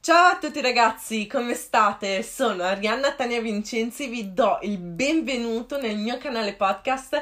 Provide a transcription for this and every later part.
Ciao a tutti ragazzi, come state? Sono Arianna Tania Vincenzi, vi do il benvenuto nel mio canale podcast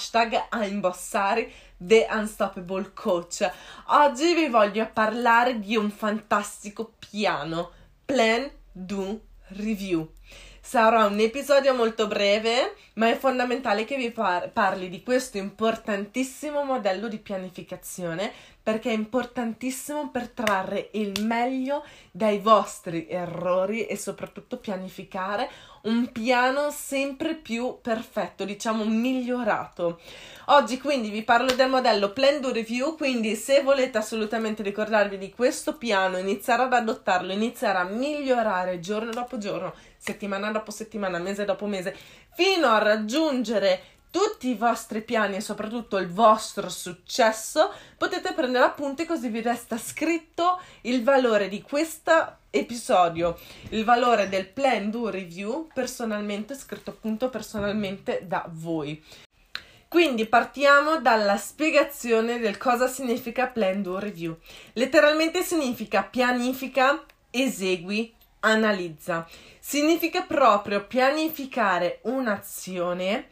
#Aimbossari The Unstoppable Coach. Oggi vi voglio parlare di un fantastico piano, Plan, Do, Review. Sarà un episodio molto breve, ma è fondamentale che vi parli di questo importantissimo modello di pianificazione, perché è importantissimo per trarre il meglio dai vostri errori e soprattutto pianificare un piano sempre più perfetto, diciamo migliorato. Oggi quindi vi parlo del modello Plan Do Review, quindi se volete assolutamente ricordarvi di questo piano, iniziare ad adottarlo, iniziare a migliorare giorno dopo giorno, settimana dopo settimana, mese dopo mese, fino a raggiungere tutti i vostri piani e soprattutto il vostro successo, potete prendere appunti così vi resta scritto il valore di questo episodio, il valore del Plan Do Review personalmente, scritto appunto personalmente da voi. Quindi partiamo dalla spiegazione del cosa significa Plan Do Review. Letteralmente significa pianifica, esegui, analizza. Significa proprio pianificare un'azione,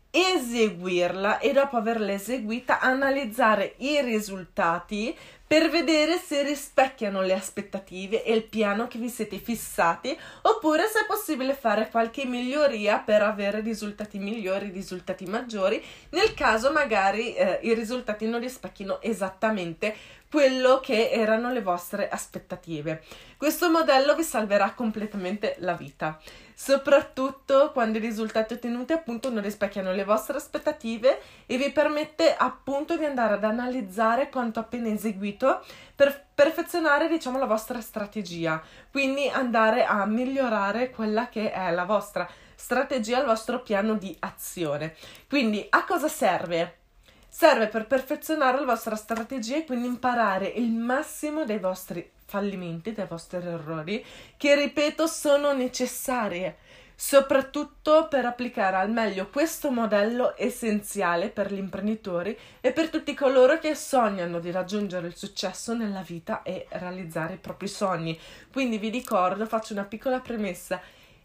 eseguirla e dopo averla eseguita analizzare i risultati per vedere se rispecchiano le aspettative e il piano che vi siete fissati, oppure se è possibile fare qualche miglioria per avere risultati migliori, risultati maggiori, nel caso magari i risultati non rispecchino esattamente quello che erano le vostre aspettative. Questo modello vi salverà completamente la vita, soprattutto quando i risultati ottenuti appunto non rispecchiano le vostre aspettative e vi permette appunto di andare ad analizzare quanto appena eseguito per perfezionare diciamo la vostra strategia, quindi andare a migliorare quella che è la vostra strategia, il vostro piano di azione. Quindi a cosa serve? Serve per perfezionare la vostra strategia e quindi imparare il massimo dei vostri fallimenti, dei vostri errori, che ripeto sono necessarie, soprattutto per applicare al meglio questo modello essenziale per gli imprenditori e per tutti coloro che sognano di raggiungere il successo nella vita e realizzare i propri sogni. Quindi vi ricordo, faccio una piccola premessa,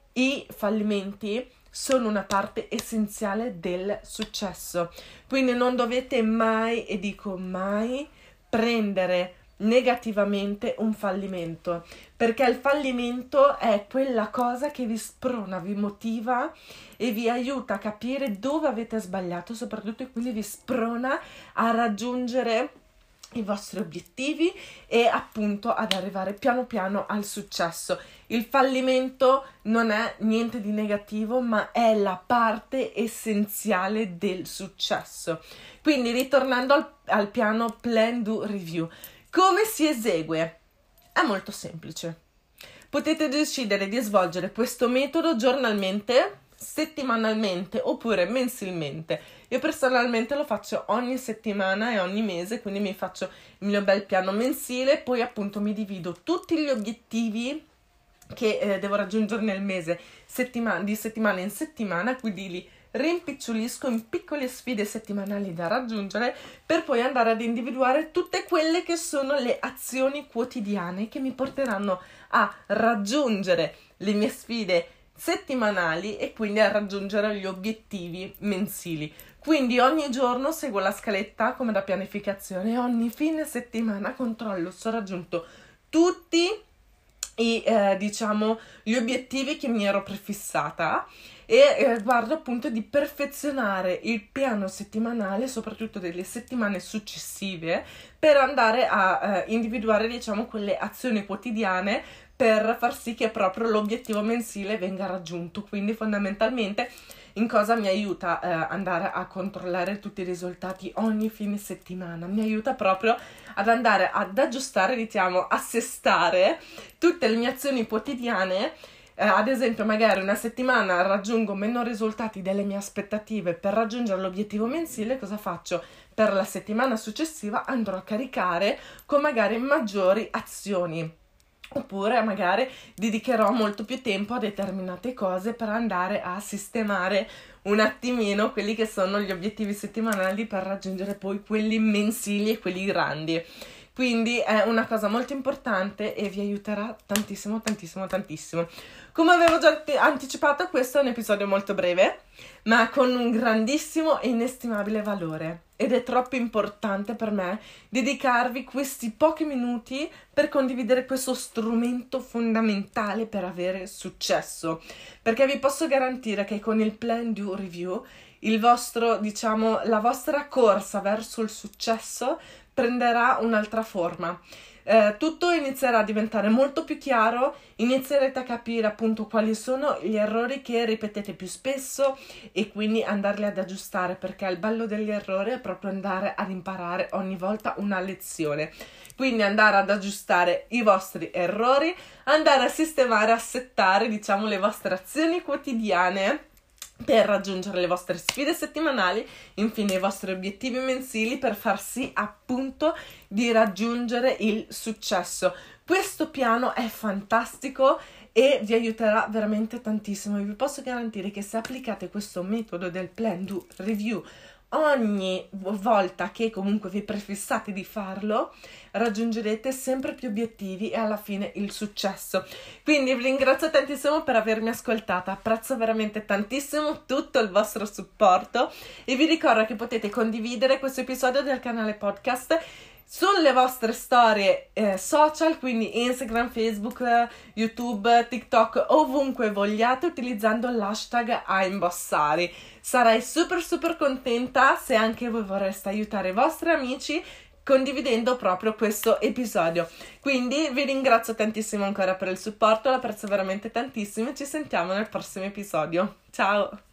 i fallimenti sono una parte essenziale del successo, quindi non dovete mai, e dico mai, prendere negativamente un fallimento, perché il fallimento è quella cosa che vi sprona, vi motiva e vi aiuta a capire dove avete sbagliato, soprattutto e quindi vi sprona a raggiungere i vostri obiettivi e appunto ad arrivare piano piano al successo. Il fallimento non è niente di negativo, ma è la parte essenziale del successo. Quindi ritornando al piano Plan Do Review, come si esegue? È molto semplice. Potete decidere di svolgere questo metodo giornalmente, settimanalmente oppure mensilmente. Io personalmente lo faccio ogni settimana e ogni mese, quindi mi faccio il mio bel piano mensile, poi appunto mi divido tutti gli obiettivi che devo raggiungere nel mese, di settimana in settimana, quindi li rimpicciolisco in piccole sfide settimanali da raggiungere per poi andare ad individuare tutte quelle che sono le azioni quotidiane che mi porteranno a raggiungere le mie sfide settimanali e quindi a raggiungere gli obiettivi mensili. Quindi ogni giorno seguo la scaletta come da pianificazione e ogni fine settimana controllo se ho raggiunto tutti gli obiettivi che mi ero prefissata e guardo appunto di perfezionare il piano settimanale, soprattutto delle settimane successive, per andare a individuare diciamo quelle azioni quotidiane per far sì che proprio l'obiettivo mensile venga raggiunto. Quindi fondamentalmente in cosa mi aiuta andare a controllare tutti i risultati ogni fine settimana? Mi aiuta proprio ad andare ad aggiustare, diciamo, assestare tutte le mie azioni quotidiane. Ad esempio magari una settimana raggiungo meno risultati delle mie aspettative per raggiungere l'obiettivo mensile, cosa faccio? Per la settimana successiva andrò a caricare con magari maggiori azioni. Oppure magari dedicherò molto più tempo a determinate cose per andare a sistemare un attimino quelli che sono gli obiettivi settimanali per raggiungere poi quelli mensili e quelli grandi. quindi è una cosa molto importante e vi aiuterà tantissimo, tantissimo, tantissimo. Come avevo già anticipato, questo è un episodio molto breve, ma con un grandissimo e inestimabile valore. Ed è troppo importante per me dedicarvi questi pochi minuti per condividere questo strumento fondamentale per avere successo. Perché vi posso garantire che con il Plan Do Review il vostro, la vostra corsa verso il successo prenderà un'altra forma. Tutto inizierà a diventare molto più chiaro, inizierete a capire appunto quali sono gli errori che ripetete più spesso e quindi andarli ad aggiustare, perché il bello degli errori è proprio andare ad imparare ogni volta una lezione. Quindi andare ad aggiustare i vostri errori, andare a sistemare, a settare le vostre azioni quotidiane per raggiungere le vostre sfide settimanali, infine i vostri obiettivi mensili per far sì appunto di raggiungere il successo. Questo piano è fantastico e vi aiuterà veramente tantissimo. Vi posso garantire che se applicate questo metodo del Plan Do Review ogni volta che comunque vi prefissate di farlo, raggiungerete sempre più obiettivi e alla fine il successo. Quindi vi ringrazio tantissimo per avermi ascoltata, apprezzo veramente tantissimo tutto il vostro supporto e vi ricordo che potete condividere questo episodio del canale podcast sulle vostre storie social, quindi Instagram, Facebook, YouTube, TikTok, ovunque vogliate, utilizzando l'hashtag #aimbossari. Sarei super contenta se anche voi vorreste aiutare i vostri amici condividendo proprio questo episodio. Quindi vi ringrazio tantissimo ancora per il supporto, l'apprezzo veramente tantissimo e ci sentiamo nel prossimo episodio. Ciao!